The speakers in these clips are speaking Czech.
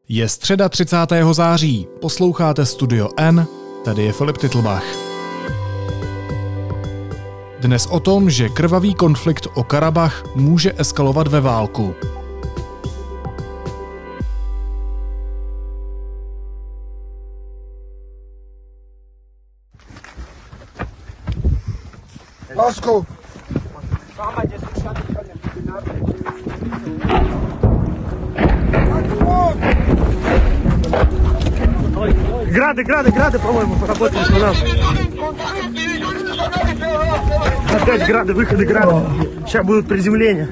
Je středa 30. září, posloucháte Studio N, tady je Filip Titlbach. Dnes o tom, že krvavý konflikt o Karabach může eskalovat ve válku. Lásku! Грады, по-моему, поработали на нас. Опять грады, выходы градов. Сейчас будут приземления.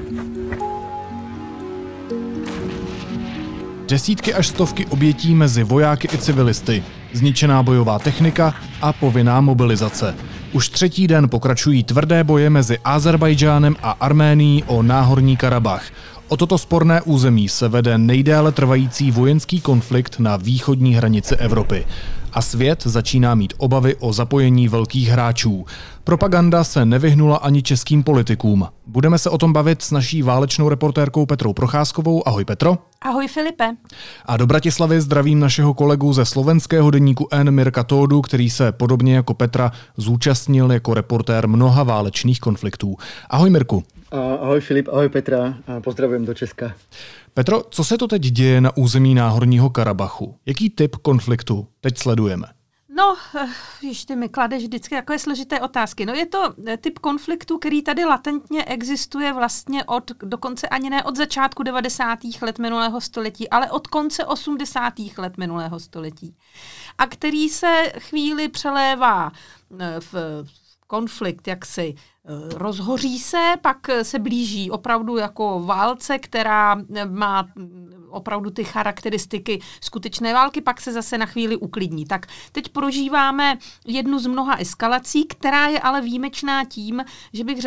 Desítky až stovky obětí mezi vojáky i civilisty, zničená bojová technika a povinná mobilizace. Už třetí den pokračují tvrdé boje mezi Ázerbájdžánem a Arménií o Náhorní Karabach. O toto sporné území se vede nejdéle trvající vojenský konflikt na východní hranici Evropy. A svět začíná mít obavy o zapojení velkých hráčů. Propaganda se nevyhnula ani českým politikům. Budeme se o tom bavit s naší válečnou reportérkou Petrou Procházkovou. Ahoj Petro. Ahoj Filipe. A do Bratislavy zdravím našeho kolegu ze slovenského deníku N Mirka Tódu, který se podobně jako Petra zúčastnil jako reportér mnoha válečných konfliktů. Ahoj Mirku. Ahoj Filip, ahoj Petra a pozdravujem do Česka. Petro, co se to teď děje na území Náhorního Karabachu? Jaký typ konfliktu teď sledujeme? No, ty mi kladeš vždycky takové složité otázky. No je to typ konfliktu, který tady latentně existuje vlastně dokonce ani ne od začátku 90. let minulého století, ale od konce 80. let minulého století. A který se chvíli přelévá v konflikt, jaksi rozhoří se, pak se blíží opravdu jako válce, která má opravdu ty charakteristiky skutečné války, pak se zase na chvíli uklidní. Tak teď prožíváme jednu z mnoha eskalací, která je ale výjimečná tím, že bych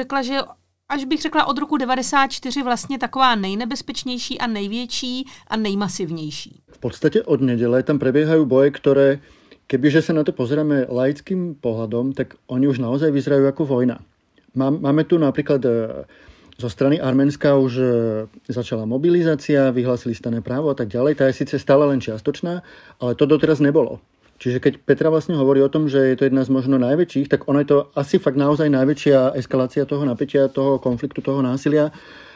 řekla od roku 94 vlastně taková nejnebezpečnější a největší a nejmasivnější. V podstatě od neděle tam prebiehajú boje, ktoré, kebyže sa na to pozrieme laickým pohľadom, tak oni už naozaj vyzerajú ako vojna. Máme tu napríklad zo strany Arménska už začala mobilizácia, vyhlásili stanné právo a tak ďalej. Tá je síce stále len čiastočná, ale to doteraz nebolo. Čiže keď Petra vlastne hovorí o tom, že je to jedna z možno najväčších, tak ono je to asi fakt naozaj najväčšia eskalácia toho napätia, toho konfliktu, toho násilia.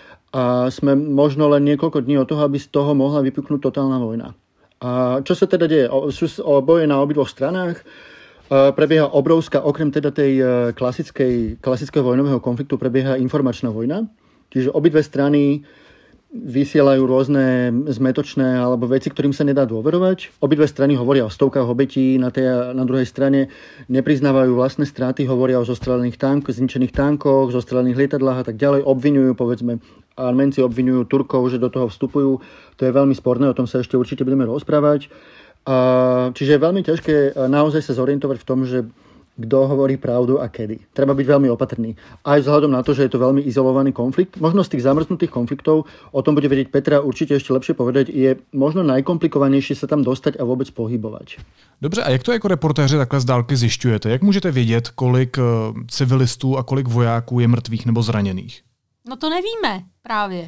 A sme možno len niekoľko dní od toho, aby z toho mohla vypuknúť totálna vojna. A čo sa teda deje? Sú boje na obidvoch stranách. Prebieha obrovská, okrem teda tej klasického vojnového konfliktu, prebieha informačná vojna. Čiže obidve strany vysielajú rôzne zmetočné alebo veci, ktorým sa nedá dôverovať. Obidve strany hovoria o stovkách obetí, na druhej strane nepriznávajú vlastné straty, hovoria o zostrelených zničených tankoch, zostrelených lietadlách a tak ďalej. Obviňujú, povedzme, Arménci obviňujú Turkov, že do toho vstupujú. To je veľmi sporné, o tom sa ešte určite budeme rozprávať. Čiže je veľmi ťažké naozaj sa zorientovať v tom, že kto hovorí pravdu a kedy. Treba byť veľmi opatrný. Aj vzhľadom na to, že je to veľmi izolovaný konflikt. Možno z tých zamrznutých konfliktov, o tom bude vedieť Petra určite ešte lepšie povedať, je možno najkomplikovanejšie sa tam dostať a vôbec pohybovať. Dobře, a jak to jako reportéři takhle z dálky zjišťujete? Jak můžete vědět, kolik civilistů a kolik vojáků je mrtvých nebo zraněných? No to nevíme právě.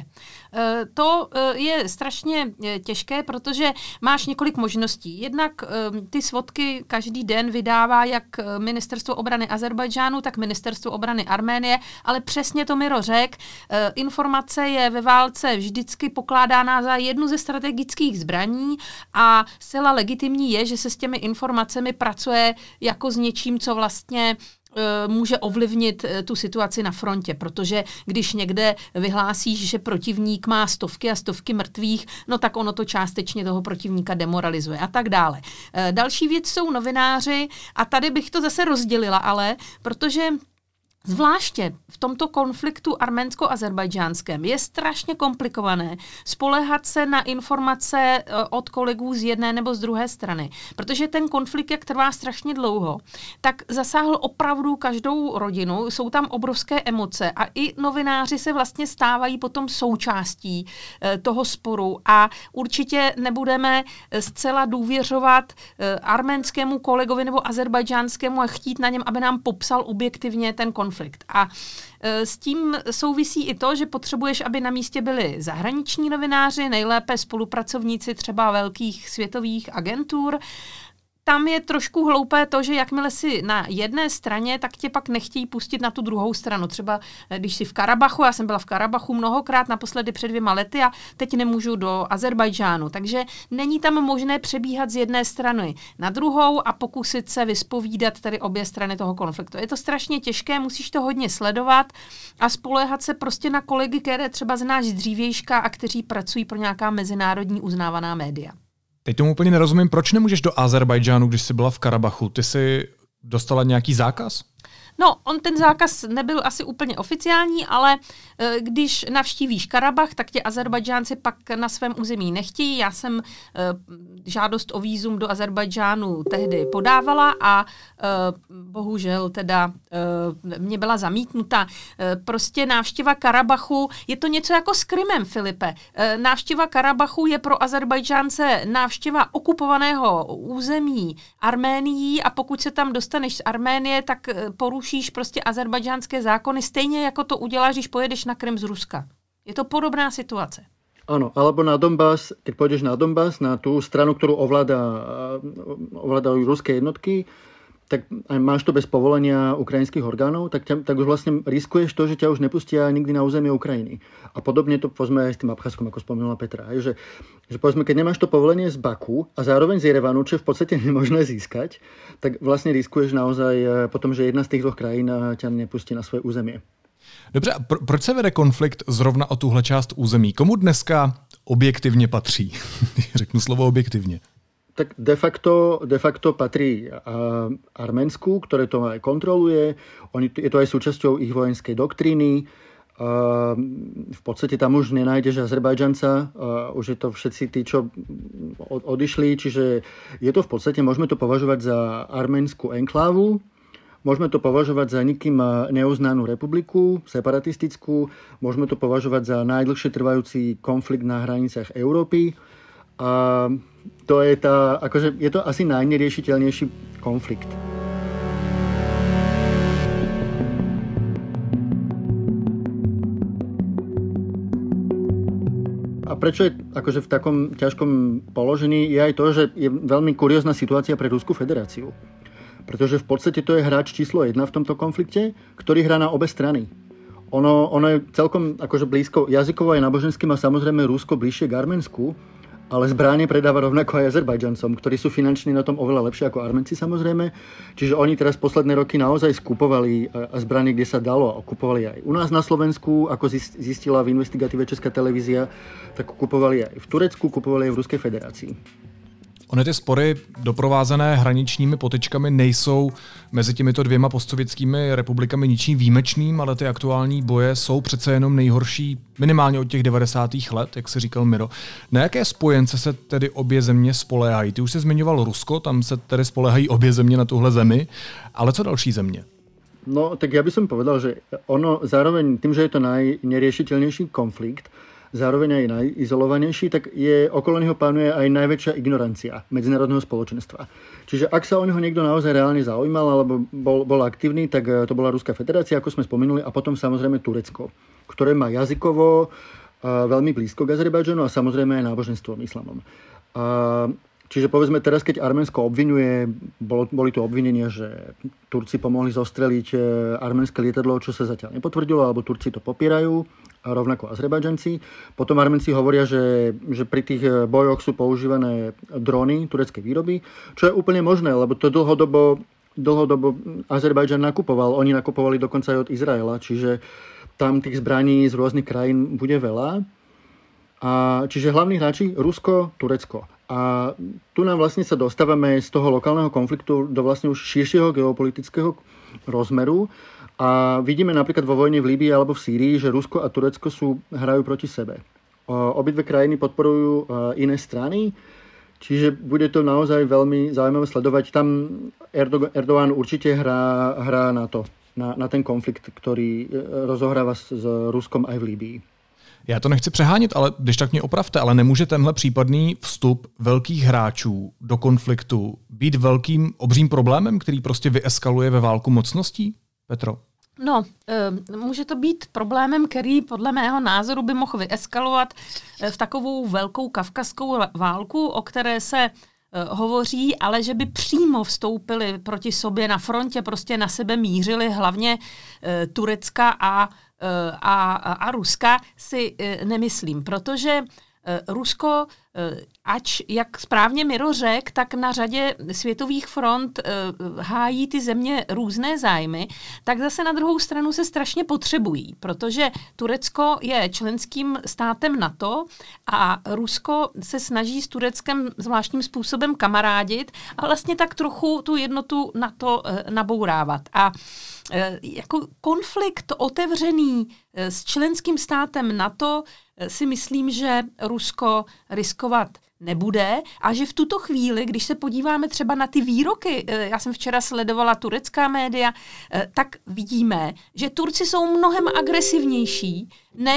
To je strašně těžké, protože máš několik možností. Jednak ty svodky každý den vydává jak Ministerstvo obrany Ázerbájdžánu, tak Ministerstvo obrany Arménie, ale přesně to Miro řekl, informace je ve válce vždycky pokládána za jednu ze strategických zbraní a zcela legitimní je, že se s těmi informacemi pracuje jako s něčím, co vlastně může ovlivnit tu situaci na frontě, protože když někde vyhlásíš, že protivník má stovky a stovky mrtvých, no tak ono to částečně toho protivníka demoralizuje a tak dále. Další věc jsou novináři a tady bych to zase rozdělila, ale protože zvláště v tomto konfliktu arménsko-azerbajdžánském je strašně komplikované spoléhat se na informace od kolegů z jedné nebo z druhé strany. Protože ten konflikt, jak trvá strašně dlouho, tak zasáhl opravdu každou rodinu, jsou tam obrovské emoce a i novináři se vlastně stávají potom součástí toho sporu a určitě nebudeme zcela důvěřovat arménskému kolegovi nebo azerbajdžánskému a chtít na něm, aby nám popsal objektivně ten konflikt. konflikt. A s tím souvisí i to, že potřebuješ, aby na místě byli zahraniční novináři, nejlépe spolupracovníci třeba velkých světových agentur. Tam je trošku hloupé to, že jakmile si na jedné straně, tak tě pak nechtějí pustit na tu druhou stranu. Třeba když jsi v Karabachu, já jsem byla v Karabachu mnohokrát, naposledy před 2 lety a teď nemůžu do Azerbajdžánu. Takže není tam možné přebíhat z jedné strany na druhou a pokusit se vyspovídat tedy obě strany toho konfliktu. Je to strašně těžké, musíš to hodně sledovat a spoléhat se prostě na kolegy, které třeba znáš z dřívějška a kteří pracují pro nějaká mezinárodní uznávaná média. Teď tomu úplně nerozumím, proč nemůžeš do Azerbajdžánu, když jsi byla v Karabachu? Ty jsi dostala nějaký zákaz? No, ten zákaz nebyl asi úplně oficiální, ale když navštívíš Karabach, tak tě Azerbajdžánci pak na svém území nechtějí. Já jsem žádost o vízum do Azerbajdžánu tehdy podávala a bohužel teda mě byla zamítnuta. Prostě návštěva Karabachu, je to něco jako s Krymem, Filipe. Návštěva Karabachu je pro Azerbajdžánce návštěva okupovaného území Arménií a pokud se tam dostaneš z Arménie, tak porušíš prostě azerbajdžánské zákony, stejně jako to uděláš, když pojedeš na Krym z Ruska. Je to podobná situace. Áno, alebo na Donbas, keď pôjdeš na Donbas, na tú stranu, ktorú ovládajú ruské jednotky, tak máš to bez povolenia ukrajinských orgánov, tak už vlastne riskuješ to, že ťa už nepustia nikdy na územie Ukrajiny. A podobne to povedzme aj s tým Abcházskom, ako spomínala Petra. Že povedzme, keď nemáš to povolenie z Baku a zároveň z Jerevanu, čo je v podstate nemožné získať, tak vlastne riskuješ naozaj potom, že jedna z tých 2 krajín ťa nepustí na svoje územie. Dobře, a proč se vede konflikt zrovna o tuhle část území? Komu dneska objektivně patří? Řeknu slovo objektivně. Tak de facto patrí Arménsku, ktoré to aj kontroluje. Je to aj súčasťou ich vojenskej doktríny. V podstate tam už nenájdeš Azerbajdžanca, už je to všetci tí, čo odišli, čiže je to v podstate, môžeme to považovať za arménsku enklávu, môžeme to považovať za nikým neuznanú republiku, separatistickú, môžeme to považovať za najdlhšie trvajúci konflikt na hraniciach Európy. A to je je to asi najneriešiteľnejší konflikt. A prečo je v takom ťažkom položení je aj to, že je veľmi kuriózna situácia pre Ruskú federáciu. Pretože v podstate to je hráč číslo 1 v tomto konflikte, ktorý hrá na obe strany. Ono je celkom blízko jazykovo aj náboženským a samozrejme Rusko bližšie k Arménsku, ale zbráne predáva rovnako aj Azerbajdžancom, ktorí sú finančne na tom oveľa lepšie ako Arménci samozrejme. Čiže oni teraz posledné roky naozaj skupovali zbranie, kde sa dalo, a kupovali aj u nás na Slovensku, ako zistila v investigatíve Česká televízia, tak kupovali aj v Turecku, kupovali aj v Ruskej federácii. Ony ty spory doprovázené hraničními potyčkami nejsou mezi těmito 2 postsovětskými republikami ničím výjimečným, ale ty aktuální boje jsou přece jenom nejhorší minimálně od těch 90. let, jak se říkal Miro. Na jaké spojence se tedy obě země spoléhají? Ty už jsi zmiňoval Rusko, tam se tedy spoléhají obě země na tuhle zemi, ale co další země? No, tak ja by som povedal, že ono zároveň tým, že je to najneriešiteľnejší konflikt, zároveň aj najizolovanejší, tak okolo neho panuje aj najväčšia ignorancia medzinárodného spoločenstva. Čiže ak sa o neho niekto naozaj reálne zaujímal alebo bol aktívny, tak to bola Ruská federácia, ako sme spomenuli, a potom samozrejme Turecko, ktoré má jazykovo veľmi blízko k Azerbajdžanu a samozrejme aj náboženstvom islamom. Čiže povedzme teraz, keď Arménsko obvinuje, boli tu obvinenia, že Turci pomohli zostreliť arménske lietadlo, čo sa zatiaľ nepotvrdilo, alebo Turci to popierajú, a rovnako Azerbajdžanci. Potom Arménci hovoria, že pri tých bojoch sú používané drony tureckej výroby, čo je úplne možné, lebo to dlhodobo Azerbajdžan nakupoval. Oni nakupovali dokonca aj od Izraela, čiže tam tých zbraní z rôznych krajín bude veľa. Čiže hlavní hráči Rusko, Turecko. A tu nám vlastne sa dostávame z toho lokálneho konfliktu do vlastne už širšieho geopolitického rozmeru. A vidíme napríklad vo vojne v Líbii alebo v Sýrii, že Rusko a Turecko hrajú proti sebe. Obidve krajiny podporujú iné strany, čiže bude to naozaj veľmi zaujímavé sledovať. Tam Erdogan určite hrá na to, na ten konflikt, ktorý rozohráva s Ruskom aj v Líbii. Já to nechci přehánět, ale když tak mě opravte, ale nemůže tenhle případný vstup velkých hráčů do konfliktu být velkým obřím problémem, který prostě vyeskaluje ve válku mocností? Petro? No, může to být problémem, který podle mého názoru by mohl vyeskalovat v takovou velkou kavkazskou válku, o které se hovoří, ale že by přímo vstoupili proti sobě na frontě, prostě na sebe mířili, hlavně Turecka a Ruska, si nemyslím, protože Rusko, ač, jak správně Miro řekl, tak na řadě světových front hájí ty země různé zájmy, tak zase na druhou stranu se strašně potřebují, protože Turecko je členským státem NATO a Rusko se snaží s Tureckem zvláštním způsobem kamarádit a vlastně tak trochu tu jednotu NATO nabourávat. A jako konflikt otevřený s členským státem NATO si myslím, že Rusko riskovat nebude a že v tuto chvíli, když se podíváme třeba na ty výroky, já jsem včera sledovala turecká média, tak vidíme, že Turci jsou mnohem agresivnější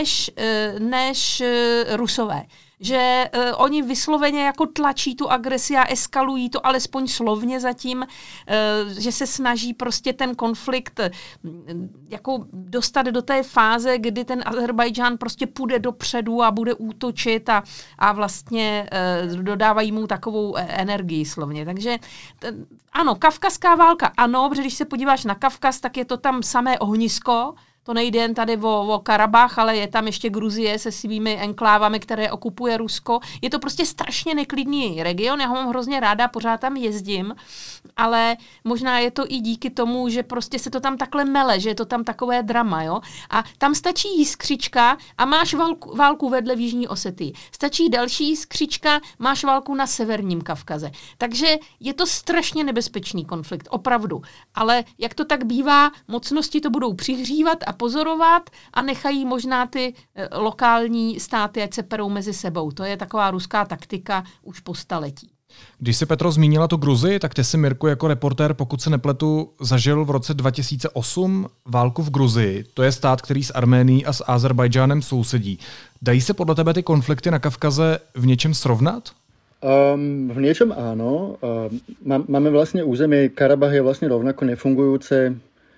než Rusové. Že oni vysloveně jako tlačí tu agresi a eskalují to alespoň slovně zatím, že se snaží prostě ten konflikt jako dostat do té fáze, kdy ten Azerbajdžán prostě půjde dopředu a bude útočit a vlastně dodávají mu takovou energii slovně. Takže ano, kavkazská válka ano, protože když se podíváš na Kavkaz, tak je to tam samé ohnisko. To nejde jen tady o Karabach, ale je tam ještě Gruzie se svými enklávami, které okupuje Rusko. Je to prostě strašně neklidný region, já ho mám hrozně ráda, pořád tam jezdím, ale možná je to i díky tomu, že prostě se to tam takhle mele, že je to tam takové drama, jo. A tam stačí jiskřička a máš válku vedle v Jižní Osetii. Stačí další jiskřička, máš válku na severním Kavkaze. Takže je to strašně nebezpečný konflikt, opravdu. Ale jak to tak bývá, mocnosti to budou přihřívat a pozorovat a nechají možná ty lokální státy, ať se perou mezi sebou. To je taková ruská taktika už po staletí. Když si Petro zmínila tu Gruzii, tak ty si, Mirku, jako reportér, pokud se nepletu, zažil v roce 2008 válku v Gruzii. To je stát, který s Arménií a s Azerbajdžánem sousedí. Dají se podle tebe ty konflikty na Kavkaze v něčem srovnat? V niečom áno. Máme vlastne územie, Karabach je vlastne rovnako nefungujúce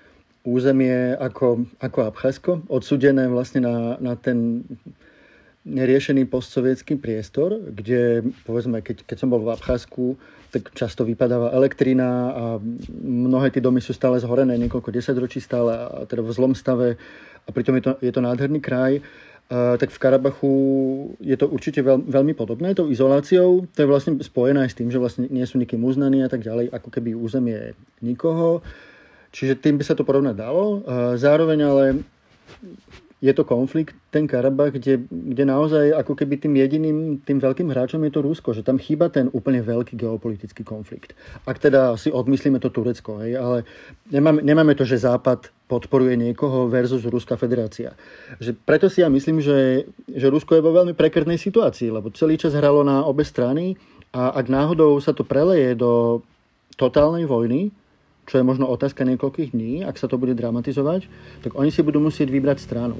územie ako Abcházsko, odsúdené vlastne na ten neriešený postsovietský priestor, kde, povedzme, keď som bol v Abcházsku, tak často vypadáva elektrina a mnohé tie domy sú stále zhorené, niekoľko desaťročí stále a teda v zlom stave a pritom je to nádherný kraj. Tak v Karabachu je to určite veľmi podobné tou izoláciou. To je vlastne spojené aj s tým, že vlastne nie sú nikým uznaní a tak ďalej, ako keby územie nikoho. Čiže tým by sa to porovnať dalo. Zároveň ale je to konflikt, ten Karabach, kde naozaj ako keby tým jediným, tým veľkým hráčom je to Rusko, že tam chýba ten úplne veľký geopolitický konflikt. Ak teda si odmyslíme to Turecko, hej, ale nemáme to, že Západ podporuje niekoho versus Ruská federácia. Že preto si ja myslím, že Rusko je vo veľmi prekérnej situácii, lebo celý čas hralo na obe strany a ak náhodou sa to preleje do totálnej vojny, čo je možno otázka niekoľkých dní, ak sa to bude dramatizovať, tak oni si budú musieť vybrať stranu.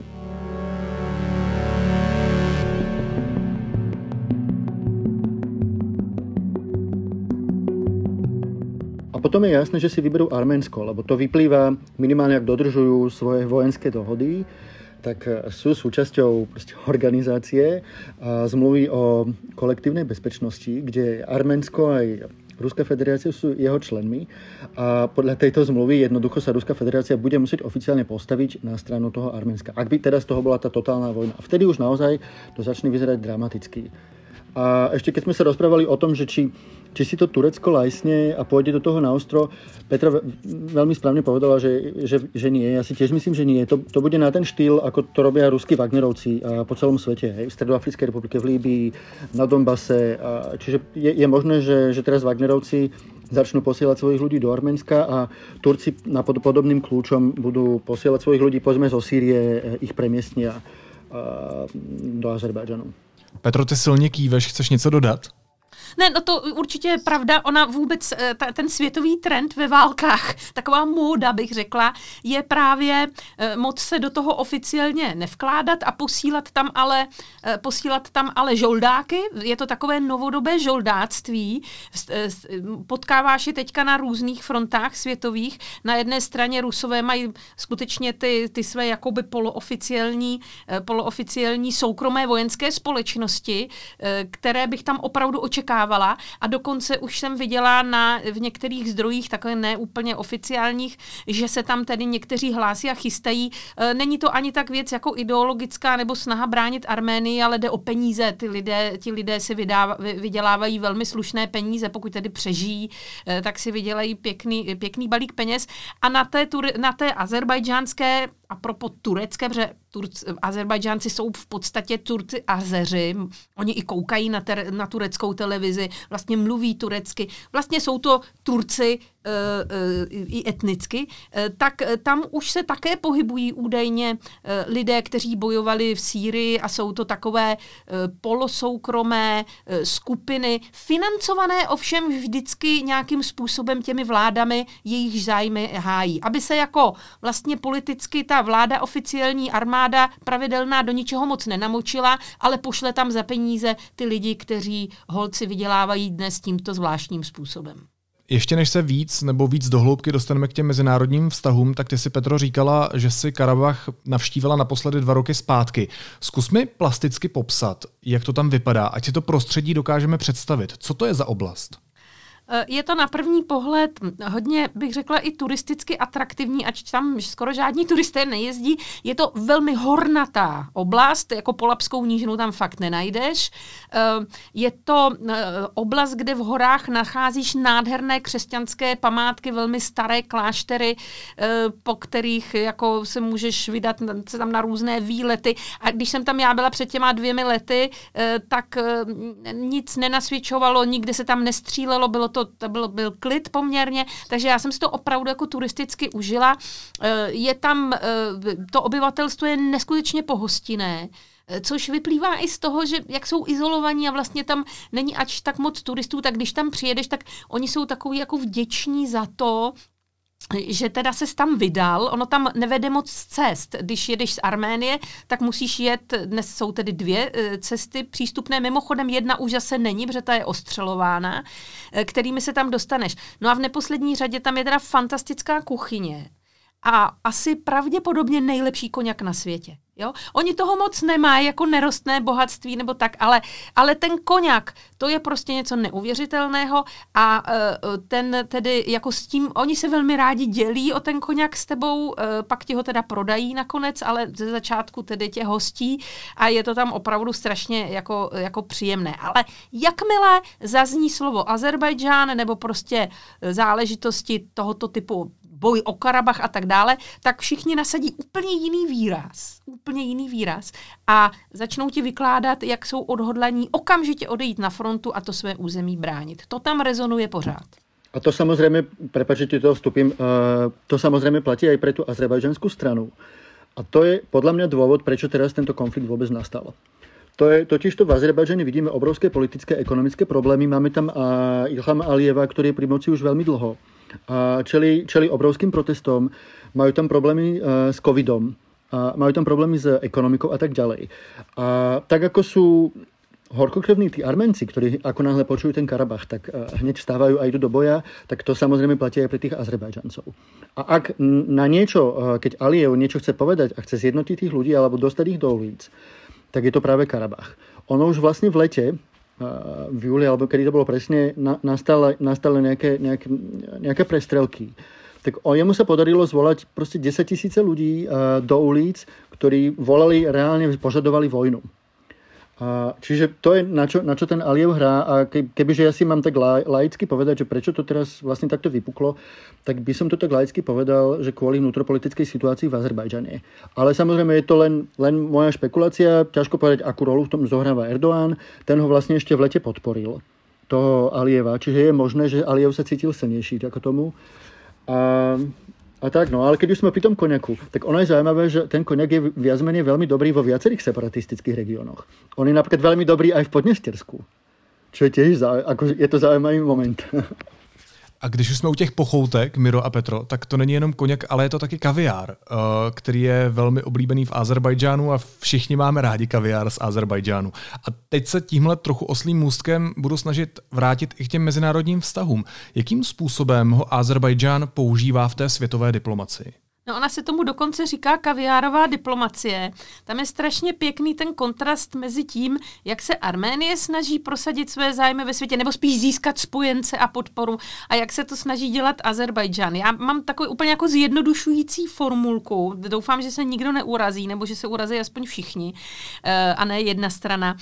A potom je jasné, že si vyberú Arménsko, lebo to vyplýva minimálne, ak dodržujú svoje vojenské dohody, tak sú súčasťou organizácie zmluvy o kolektívnej bezpečnosti, kde Arménsko aj Ruská federácia sú jeho členmi a podľa tejto zmluvy jednoducho sa Ruská federácia bude musieť oficiálne postaviť na stranu toho Arménska. Ak by teda z toho bola tá totálna vojna. A vtedy už naozaj to začne vyzerať dramaticky. A ešte keď sme sa rozprávali o tom, že či si to Turecko lajsne a pôjde do toho naostro, Petra veľmi správne povedala, že nie. Ja si tiež myslím, že nie. To bude na ten štýl, ako to robia ruskí Wagnerovci po celom svete. Hej? V Stredoafrickej republike, v Líbii, na Donbase. Čiže je možné, že teraz Wagnerovci začnú posielať svojich ľudí do Arménska a Turci na podobným kľúčom budú posielať svojich ľudí, povedzme zo Sýrie, ich premiestnia do Azerbajdžanu. Petro, ty silně kýveš, chceš něco dodat? Ne, no to určitě je pravda. Ona vůbec, ten světový trend ve válkách, taková móda, bych řekla, je právě moc se do toho oficiálně nevkládat a posílat tam ale žoldáky. Je to takové novodobé žoldáctví. Potkáváš je teďka na různých frontách světových. Na jedné straně Rusové mají skutečně ty své jakoby polooficiální soukromé vojenské společnosti, které bych tam opravdu očekávala, a dokonce už jsem viděla v některých zdrojích, takhle neúplně oficiálních, že se tam tedy někteří hlásí a chystají. Není to ani tak věc jako ideologická nebo snaha bránit Arménii, ale jde o peníze. Ti lidé si vydělávají velmi slušné peníze, pokud tedy přežijí, tak si vydělají pěkný balík peněz. A na té azerbajdžánské, a propos turecké, protože Azerbajdžánci jsou v podstatě Turci Azeři, oni i koukají na tureckou televizi, vlastně mluví turecky, vlastně jsou to Turci i etnicky, tak tam už se také pohybují údajně lidé, kteří bojovali v Sýrii, a jsou to takové polosoukromé skupiny, financované ovšem vždycky nějakým způsobem těmi vládami, jejich zájmy hájí. Aby se jako vlastně politicky ta vláda, oficiální armáda pravidelná do ničeho moc nenamočila, ale pošle tam za peníze ty lidi, kteří holci vydělávají dnes tímto zvláštním způsobem. Ještě než se víc do hloubky dostaneme k těm mezinárodním vztahům, tak ty si, Petro, říkala, že si Karabach navštívila naposledy 2 roky zpátky. Zkus mi plasticky popsat, jak to tam vypadá, ať si to prostředí dokážeme představit. Co to je za oblast? Je to na první pohled hodně, bych řekla, i turisticky atraktivní, ač tam skoro žádní turisté nejezdí. Je to velmi hornatá oblast, jako Polabskou nížinu tam fakt nenajdeš. Je to oblast, kde v horách nacházíš nádherné křesťanské památky, velmi staré kláštery, po kterých jako se můžeš vydat se tam na různé výlety. A když jsem tam já byla před těma 2 lety, tak nic nenasvědčovalo, nikde se tam nestřílelo, byl klid poměrně, takže já jsem si to opravdu jako turisticky užila. Je tam, to obyvatelstvo je neskutečně pohostinné, což vyplývá i z toho, že jak jsou izolovaní a vlastně tam není ač tak moc turistů, tak když tam přijedeš, tak oni jsou takový jako vděční za to, že teda ses tam vydal, ono tam nevede moc cest. Když jedeš z Arménie, tak musíš jet, dnes jsou tedy 2 cesty přístupné, mimochodem 1 už zase není, protože ta je ostřelována, kterými se tam dostaneš. No a v neposlední řadě tam je teda fantastická kuchyně a asi pravděpodobně nejlepší koňak na světě. Jo? Oni toho moc nemají jako nerostné bohatství nebo tak, ale ten koňak, to je prostě něco neuvěřitelného a ten tedy jako s tím, oni se velmi rádi dělí o ten koňak s tebou, pak ti ho teda prodají nakonec, ale ze začátku tedy tě hostí a je to tam opravdu strašně jako příjemné. Ale jakmile zazní slovo Azerbajdžán nebo prostě záležitosti tohoto typu, boj o Karabach a tak dále, tak všichni nasadí úplně jiný výraz a začnou ti vykládat, jak jsou odhodlaní okamžitě odejít na frontu a to své území bránit. To tam rezonuje pořád. A to samozrejme, prepáč, že ti toho vstupím, to samozrejme platí aj pre tú azerbajdžanskú stranu. A to je podľa mňa dôvod, prečo teraz tento konflikt vôbec nastal. Totižto v Azerbajdžane vidíme obrovské politické a ekonomické problémy. Máme tam Ilhama Alijeva, ktorý je pri moci už veľmi dlho. Čeli obrovským protestom, majú tam problémy s covidom, majú tam problémy s ekonomikou a tak ďalej. A tak ako sú horkokrevní tí Arménci, ktorí ako náhle počujú ten Karabach, tak hneď vstávajú a idú do boja, tak to samozrejme platí aj pre tých Azerbajdžancov. A ak na niečo, keď Alijev niečo chce povedať a chce zjednotiť tých ľudí alebo dostať ich do ulic, tak je to práve Karabach. Ono už vlastne v lete, v júli, alebo kedy to bolo presne, nastali nejaké prestrelky. Tak jemu sa podarilo zvolať proste 10 000 ľudí do ulic, ktorí volali, reálne požadovali vojnu. Čiže to je, na čo ten Alijev hrá. A kebyže ja si mám tak laicky povedať, že prečo to teraz vlastne takto vypuklo, tak by som to tak laicky povedal, že kvôli vnútropolitickej situácii v Azerbajdžane. Ale samozrejme je to len moja špekulácia. Ťažko povedať, akú rolu v tom zohráva Erdoğan. Ten ho vlastne ešte v lete podporil, toho Alijeva. Čiže je možné, že Alijev sa cítil silnejší ako tomu. A tak, no, ale keď už sme pri tom koňaku, tak ono je zaujímavé, že ten koňak je viac menej veľmi dobrý vo viacerých separatistických regiónoch. On je napríklad veľmi dobrý aj v Podnestersku. čo je tiež je to zaujímavý moment. A když už jsme u těch pochoutek, Miro a Petro, tak to není jenom koněk, ale je to taky kaviár, který je velmi oblíbený v Azerbajdžánu a všichni máme rádi kaviár z Azerbajdžánu. A teď se tímhle trochu oslým můstkem budu snažit vrátit i k těm mezinárodním vztahům. Jakým způsobem ho Azerbajdžán používá v té světové diplomacii? No, ona se tomu dokonce říká kaviárová diplomacie. Tam je strašně pěkný ten kontrast mezi tím, jak se Arménie snaží prosadit své zájmy ve světě, nebo spíš získat spojence a podporu, a jak se to snaží dělat Azerbajdžán. Já mám takový úplně jako zjednodušující formulku. Doufám, že se nikdo neurazí, nebo že se urazí aspoň všichni, a ne jedna strana.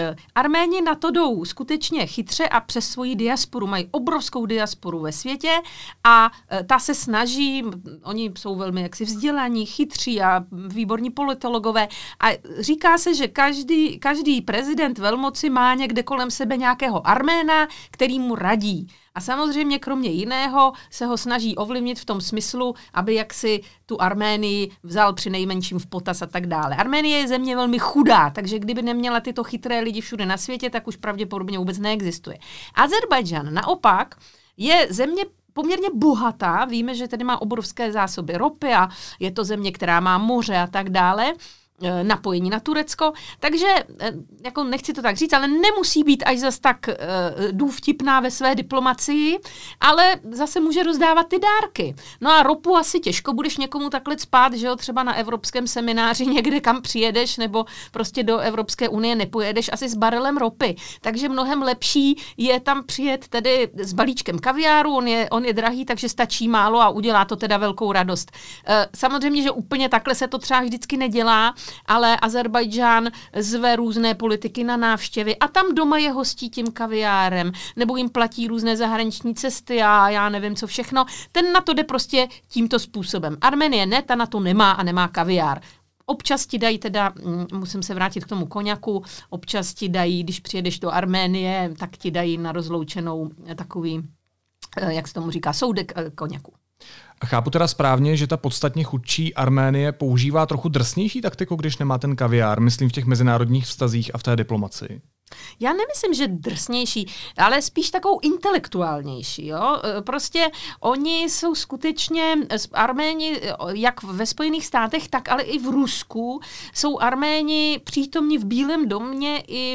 Arméni na to jdou skutečně chytře a přes svoji diasporu. Mají obrovskou diasporu ve světě a ta se snaží, oni jsou velmi jaksi vzdělaní, chytří a výborní politologové. A říká se, že každý prezident velmoci má někde kolem sebe nějakého Arména, který mu radí. A samozřejmě kromě jiného se ho snaží ovlivnit v tom smyslu, aby jaksi tu Arménii vzal při nejmenším v potaz a tak dále. Arménie je země velmi chudá, takže kdyby neměla tyto chytré lidi všude na světě, tak už pravděpodobně vůbec neexistuje. Azerbajdžán naopak je země poměrně bohatá, víme, že tady má obrovské zásoby ropy a je to země, která má moře a tak dále, napojení na Turecko, takže jako nechci to tak říct, ale nemusí být až zas tak důvtipná ve své diplomacii, ale zase může rozdávat ty dárky. No a ropu asi těžko budeš někomu takhle cpát, že jo, třeba na evropském semináři někde, kam přijedeš, nebo prostě do Evropské unie nepojedeš asi s barelem ropy. Takže mnohem lepší je tam přijet tedy s balíčkem kaviáru, on je drahý, takže stačí málo a udělá to teda velkou radost. Samozřejmě, že úplně takhle se to třeba vždycky nedělá, ale Azerbajdžán zve různé politiky na návštěvy a tam doma je hostí tím kaviárem, nebo jim platí různé zahraniční cesty a já nevím co všechno. Ten na to jde prostě tímto způsobem. Arménie ne, ta na to nemá a nemá kaviár. Občas ti dají teda, musím se vrátit k tomu koňaku, občas ti dají, když přijedeš do Arménie, tak ti dají na rozloučenou takový, jak se tomu říká, soudek koňaku. A chápu teda správně, že ta podstatně chudší Arménie používá trochu drsnější taktiku, když nemá ten kaviár, myslím v těch mezinárodních vztazích a v té diplomacii. Já nemyslím, že drsnější, ale spíš takovou intelektuálnější. Jo? Prostě oni jsou skutečně, Arméni, jak ve Spojených státech, tak ale i v Rusku, jsou Arméni přítomni v Bílém domě i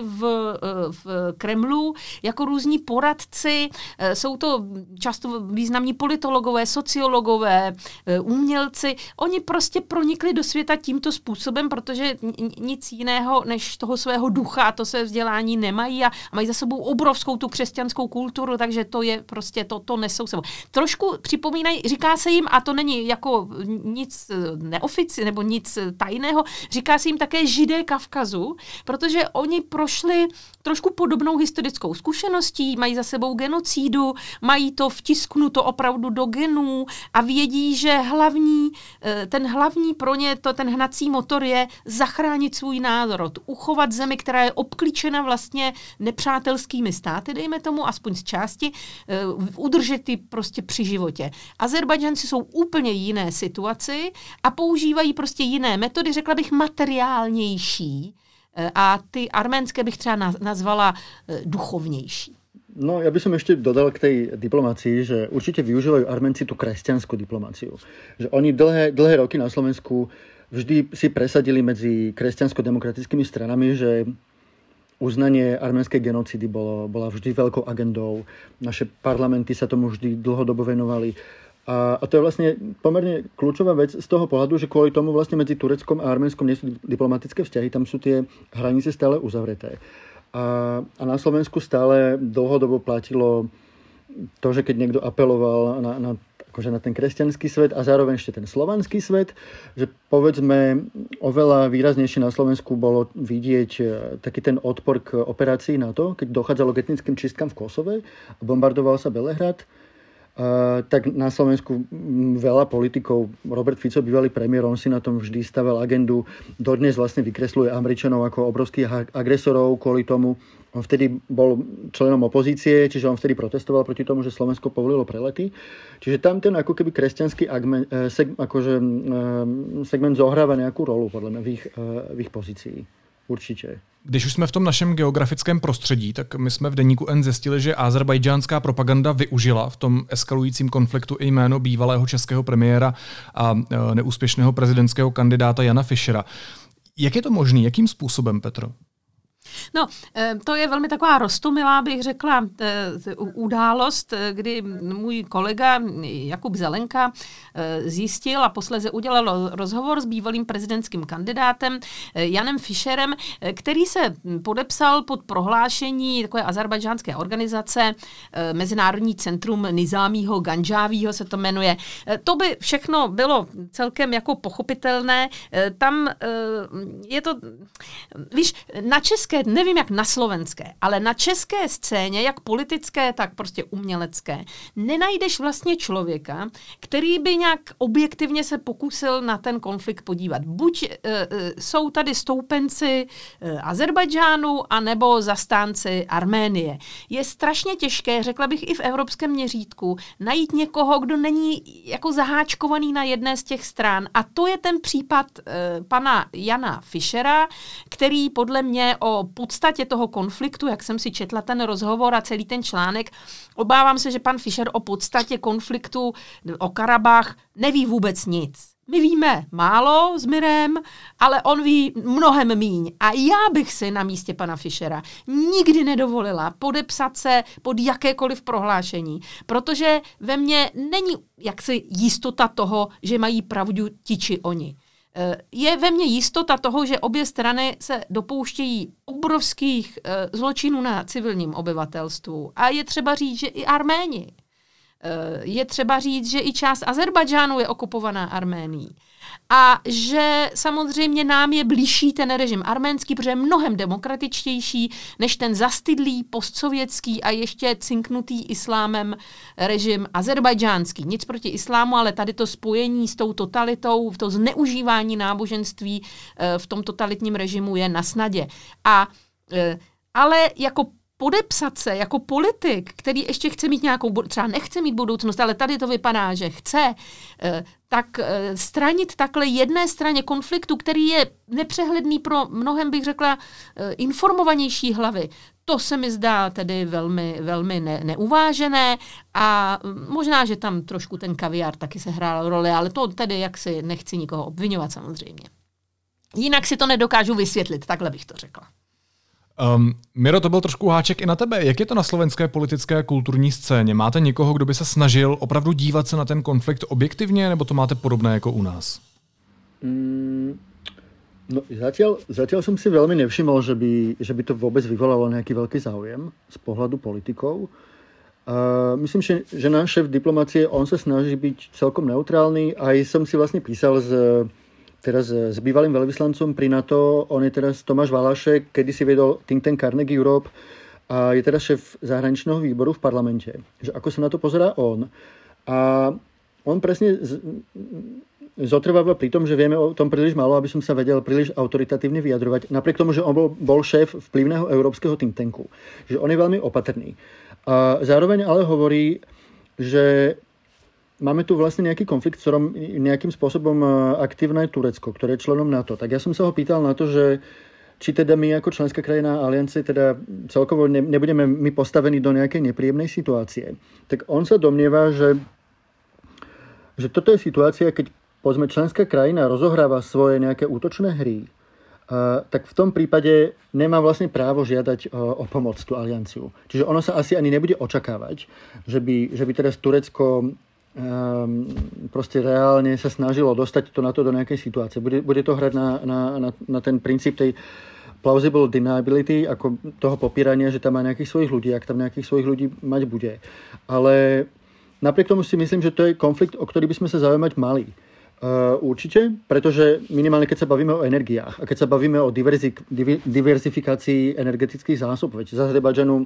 v Kremlu jako různí poradci. Jsou to často významní politologové, sociologové, umělci. Oni prostě pronikli do světa tímto způsobem, protože nic jiného než toho svého ducha, to se vzdělání nemají a mají za sebou obrovskou tu křesťanskou kulturu, takže to je prostě, to nesou sebou. Trošku připomínají, říká se jim, a to není jako nic nebo nic tajného, říká se jim také Židé Kavkazu, protože oni prošli trošku podobnou historickou zkušeností, mají za sebou genocídu, mají to vtisknuto opravdu do genů a vědí, že ten hlavní pro ně, ten hnací motor je zachránit svůj národ, uchovat zemi, která je obklíčena vlastně nepřátelskými státy, dejme tomu, aspoň z části, udržet ji prostě při životě. Azerbajdžanci jsou úplně jiné situaci a používají prostě jiné metody, řekla bych materiálnější, a ty arménské bych třeba nazvala duchovnější. No, ja by som ešte dodal k tej diplomácii, že určite využívajú Arménci tú kresťanskú diplomáciu. Že oni dlhé roky na Slovensku vždy si presadili medzi kresťansko-demokratickými stranami, že uznanie arménskej genocídy bola vždy veľkou agendou. Naše parlamenty sa tomu vždy dlhodobo venovali. A to je vlastne pomerne kľúčová vec z toho pohľadu, že kvôli tomu vlastne medzi Tureckom a Arménskom nie sú diplomatické vzťahy, tam sú tie hranice stále uzavreté. A na Slovensku stále dlhodobo platilo to, že keď niekto apeloval na ten kresťanský svet a zároveň ešte ten slovanský svet, že povedzme oveľa výraznejšie na Slovensku bolo vidieť taký ten odpor k operácii NATO, keď dochádzalo k etnickým čistkám v Kosove a bombardoval sa Belehrad. Tak na Slovensku veľa politikov, Robert Fico, bývalý premiér, on si na tom vždy stavel agendu, dodnes vlastne vykresluje Američanov ako obrovských agresorov kvôli tomu. On vtedy bol členom opozície, čiže on vtedy protestoval proti tomu, že Slovensko povolilo prelety. Čiže tam ten ako keby kresťanský segment zohráva nejakú rolu podľa mňa v ich pozícii. určitě. Když už jsme v tom našem geografickém prostředí, tak my jsme v deníku N zjistili, že azerbajdžánská propaganda využila v tom eskalujícím konfliktu i jméno bývalého českého premiéra a neúspěšného prezidentského kandidáta Jana Fischera. Jak je to možné? Jakým způsobem, Petro? No, to je velmi taková roztomilá, bych řekla, událost, kdy můj kolega Jakub Zelenka zjistil a posléze udělal rozhovor s bývalým prezidentským kandidátem Janem Fischerem, který se podepsal pod prohlášení takové azerbajdžánské organizace Mezinárodní centrum Nizámího Ganžávího se to jmenuje. To by všechno bylo celkem jako pochopitelné. Tam je to, víš, na české, nevím jak na slovenské, ale na české scéně, jak politické, tak prostě umělecké, nenajdeš vlastně člověka, který by nějak objektivně se pokusil na ten konflikt podívat. Buď jsou tady stoupenci Azerbajdžánu, anebo zastánci Arménie. Je strašně těžké, řekla bych i v evropském měřítku, najít někoho, kdo není jako zaháčkovaný na jedné z těch stran. A to je ten případ pana Jana Fischera, který podle mě o podstatě toho konfliktu, jak jsem si četla ten rozhovor a celý ten článek, obávám se, že pan Fischer o podstatě konfliktu o Karabách neví vůbec nic. My víme málo s Mirem, ale on ví mnohem míň. A já bych si na místě pana Fischera nikdy nedovolila podepsat se pod jakékoliv prohlášení, protože ve mně není jaksi jistota toho, že mají pravdu ti či oni. Je ve mně jistota toho, že obě strany se dopouštějí obrovských zločinů na civilním obyvatelstvu. A je třeba říct, že i Arméni. Je třeba říct, že i část Azerbajdžánu je okupovaná Arménií. A že samozřejmě nám je blížší ten režim arménský, protože je mnohem demokratičtější než ten zastydlý, postsovětský a ještě cinknutý islámem režim azerbajdžánský. Nic proti islámu, ale tady to spojení s tou totalitou, to zneužívání náboženství v tom totalitním režimu je na snadě. Ale jako podepsat se jako politik, který ještě chce mít nějakou, třeba nechce mít budoucnost, ale tady to vypadá, že chce, tak stranit takhle jedné straně konfliktu, který je nepřehledný pro mnohem, bych řekla, informovanější hlavy. To se mi zdá tedy velmi, velmi neuvážené a možná, že tam trošku ten kaviár taky se hrál roli, ale to tedy jaksi nechci nikoho obvinovat samozřejmě. Jinak si to nedokážu vysvětlit, takhle bych to řekla. Miro, to byl trošku háček i na tebe. Jak je to na slovenské politické a kulturní scéně? Máte někoho, kdo by se snažil opravdu dívat se na ten konflikt objektivně, nebo to máte podobné jako u nás? No, zatiaľ som si veľmi nevšimol, že by to vôbec vyvolalo nejaký veľký záujem z pohľadu politikov. Myslím, že náš šéf diplomácie, on sa snaží byť celkom neutrálny. Aj som si vlastne písal teraz s bývalým veľvyslancom pri NATO, on je teraz Tomáš Valašek, kedysi viedol think tank Carnegie Europe a je teraz šéf zahraničného výboru v parlamente. Že ako sa na to pozerá on. A on presne zotrváva pri tom, že vieme o tom príliš málo, aby som sa vedel príliš autoritatívne vyjadrovať. Napriek tomu, že on bol šéf vplyvného európskeho think tanku. Že on je veľmi opatrný. A zároveň ale hovorí, že máme tu vlastne nejaký konflikt, v ktorom nejakým spôsobom aktívne je Turecko, ktoré je členom NATO. Tak ja som sa ho pýtal na to, že či teda my ako členská krajina aliancie teda celkovo nebudeme my postavení do nejakej nepríjemnej situácie. Tak on sa domnieva, že toto je situácia, keď povedzme členská krajina rozohráva svoje nejaké útočné hry, tak v tom prípade nemá vlastne právo žiadať o pomoc tú alianciu. Čiže ono sa asi ani nebude očakávať, že by teraz Turecko proste reálne sa snažilo dostať to na to do nejakej situácie. Bude to hrať na ten princíp tej plausible deniability, ako toho popírania, že tam má nejakých svojich ľudí, ak tam nejakých svojich ľudí mať bude. Ale napriek tomu si myslím, že to je konflikt, o ktorý by sme sa zaujímať mali. Určite, pretože minimálne keď sa bavíme o energiách a keď sa bavíme o diverzifikácii energetických zásob, veď z Azerbajdžanu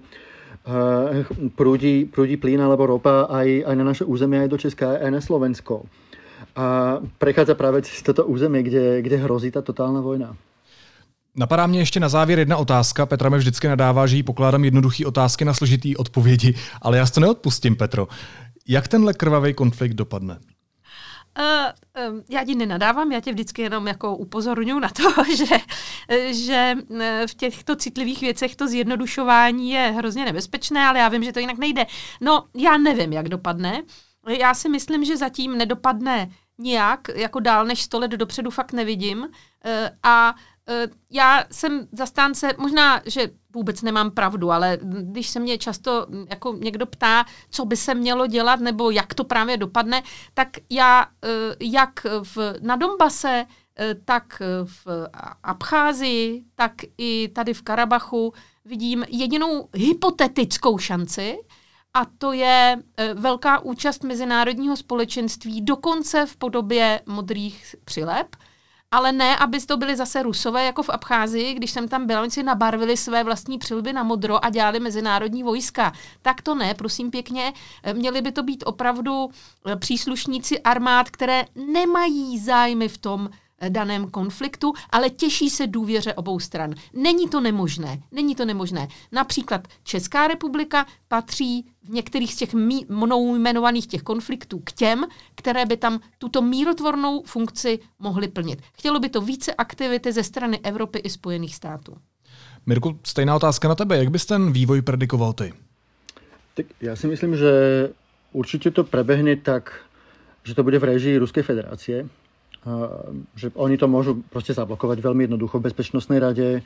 prúdi plyn alebo ropa aj na naše územie, aj do Česka, aj na Slovensko. A prechádza práve cez toto územie, kde hrozí ta totálna vojna. Napadá mě ještě na závěr jedna otázka. Petra mi vždycky nadává, že jí pokládám jednoduché otázky na složitý odpovědi, ale já si to neodpustím, Petro. Jak tenhle krvavý konflikt dopadne? Já ti nenadávám, já tě vždycky jenom jako upozorňuji na to, že v těchto citlivých věcech to zjednodušování je hrozně nebezpečné, ale já vím, že to jinak nejde. No, já nevím, jak dopadne. Já si myslím, že zatím nedopadne nijak, jako dál než 100 let dopředu fakt nevidím. A já jsem zastánce, možná, že vůbec nemám pravdu, ale když se mě často jako někdo ptá, co by se mělo dělat, nebo jak to právě dopadne, tak já jak na Donbase, tak v Abcházii, tak i tady v Karabachu vidím jedinou hypotetickou šanci, a to je velká účast mezinárodního společenství, dokonce v podobě modrých přileb, ale ne, aby to byli zase Rusové, jako v Abcházii, když jsem tam byla, oni si nabarvili své vlastní přilby na modro a dělali mezinárodní vojska. Tak to ne, prosím pěkně. Měli by to být opravdu příslušníci armád, které nemají zájmy v tom daném konfliktu, ale těší se důvěře obou stran. Není to nemožné. Například Česká republika patří v některých z těch mnou jmenovaných těch konfliktů k těm, které by tam tuto mírotvornou funkci mohly plnit. Chtělo by to více aktivity ze strany Evropy i Spojených států. Mirku, stejná otázka na tebe. Jak bys ten vývoj predikoval ty? Tak ja si myslím, že určite to prebehne tak, že to bude v režii Ruskej federácie. Že oni to môžu proste zablokovať veľmi jednoducho v Bezpečnostnej rade.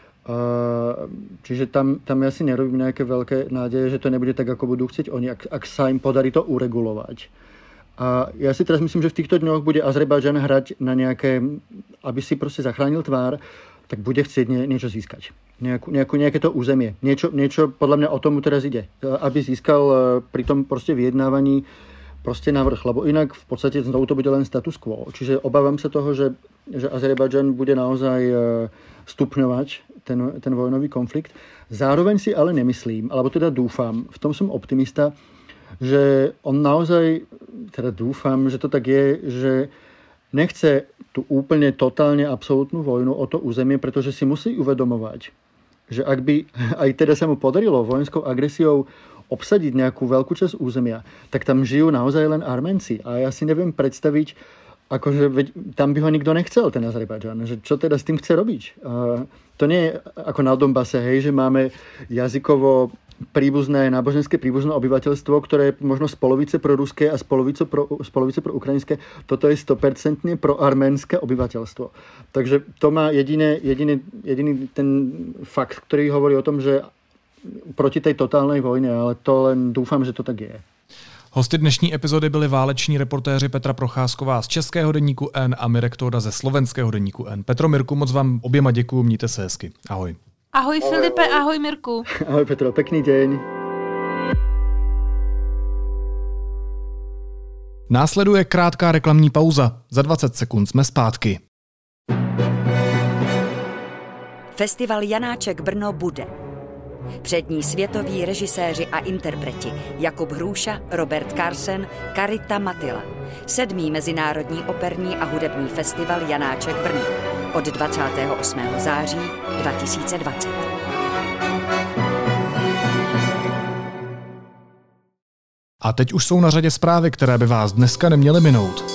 Čiže tam ja si nerobím nejaké veľké nádeje, že to nebude tak, ako budú chcieť oni, ak sa im podarí to uregulovať. A ja si teraz myslím, že v týchto dňoch bude Azerbajdžan hrať na nejaké, aby si proste zachránil tvár, tak bude chcieť niečo získať. Nejaké to územie. Niečo podľa mňa o tomu teraz ide. Aby získal pri tom proste vyjednávaní proste navrch, lebo inak v podstate znovu to bude len status quo. Čiže obávam sa toho, že Azerbajdžan bude naozaj stupňovať ten vojnový konflikt. Zároveň si ale nemyslím, alebo teda dúfam, v tom som optimista, že on naozaj, teda dúfam, že to tak je, že nechce tú úplne totálne absolútnu vojnu o to územie, pretože si musí uvedomovať, že ak by aj teda sa mu podarilo vojenskou agresiou obsadiť nejakú veľkú časť územia, tak tam žijú naozaj len Arménci. A ja si neviem predstaviť, akože tam by ho nikto nechcel, ten Azerbajdžan. Že čo teda s tým chce robiť? To nie je ako na Donbase, hej, že máme jazykovo príbuzné, náboženské príbuzné obyvateľstvo, ktoré je možno z polovice proruské a z polovice pro ukrajinské. Toto je 100% pro arménske obyvateľstvo. Takže to má jediný ten fakt, ktorý hovorí o tom, že proti tej totálnej vojne, ale to len dúfam, že to tak je. Hosty dnešní epizody byli váleční reportéři Petra Procházková z českého deníku N a Mirek Tóda ze slovenského deníku N. Petro, Mirku, moc vám oběma děkuju, mějte se hezky. Ahoj. Ahoj Filipe, ahoj Mirku. Ahoj Petro, pekný deň. Následuje krátká reklamní pauza. Za 20 sekund jsme zpátky. Festival Janáček Brno bude. Přední světoví režiséři a interpreti Jakub Hrůša, Robert Carsen, Karita Matila. 7. Mezinárodní operní a hudební festival Janáček Brno od 28. září 2020. A teď už jsou na řadě zprávy, které by vás dneska neměly minout.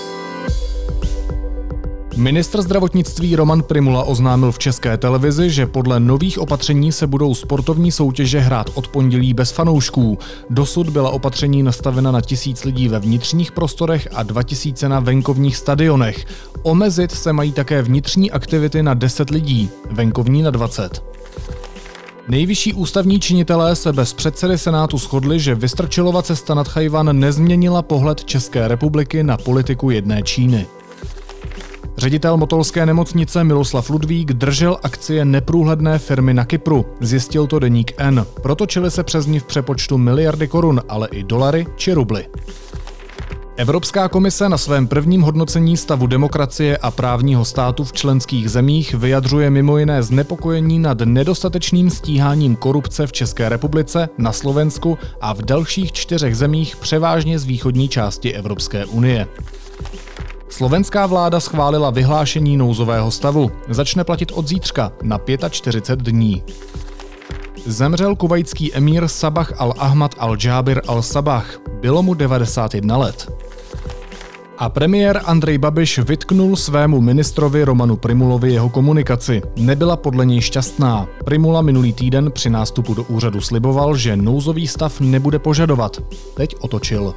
Ministr zdravotnictví Roman Prymula oznámil v České televizi, že podle nových opatření se budou sportovní soutěže hrát od pondělí bez fanoušků. Dosud byla opatření nastavena na 1000 lidí ve vnitřních prostorech a 2000 na venkovních stadionech. Omezit se mají také vnitřní aktivity na 10 lidí, venkovní na 20. Nejvyšší ústavní činitelé se bez předsedy Senátu shodli, že Vystrčilova cesta nad Tchaj-wan nezměnila pohled České republiky na politiku jedné Číny. Ředitel motolské nemocnice Miloslav Ludvík držel akcie neprůhledné firmy na Kypru, zjistil to deník N. Protočily se přes ní v přepočtu miliardy korun, ale i dolary či rubly. Evropská komise na svém prvním hodnocení stavu demokracie a právního státu v členských zemích vyjadřuje mimo jiné znepokojení nad nedostatečným stíháním korupce v České republice, na Slovensku a v dalších 4 zemích převážně z východní části Evropské unie. Slovenská vláda schválila vyhlášení nouzového stavu. Začne platit od zítřka na 45 dní. Zemřel kuvajský emír Sabah al-Ahmad al-Jábir al-Sabah. Bylo mu 91 let. A premiér Andrej Babiš vytknul svému ministrovi Romanu Prymulovi jeho komunikaci. Nebyla podle něj šťastná. Prymula minulý týden při nástupu do úřadu sliboval, že nouzový stav nebude požadovat. Teď otočil.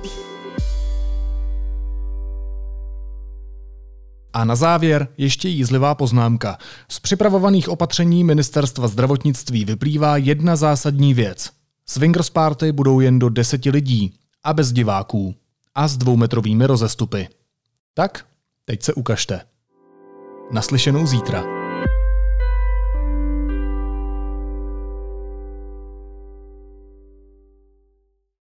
A na závěr ještě jízlivá poznámka. Z připravovaných opatření ministerstva zdravotnictví vyplývá jedna zásadní věc. Swingers party budou jen do 10 lidí a bez diváků. A s 2metrovými rozestupy. Tak, teď se ukažte. Naslyšenou zítra.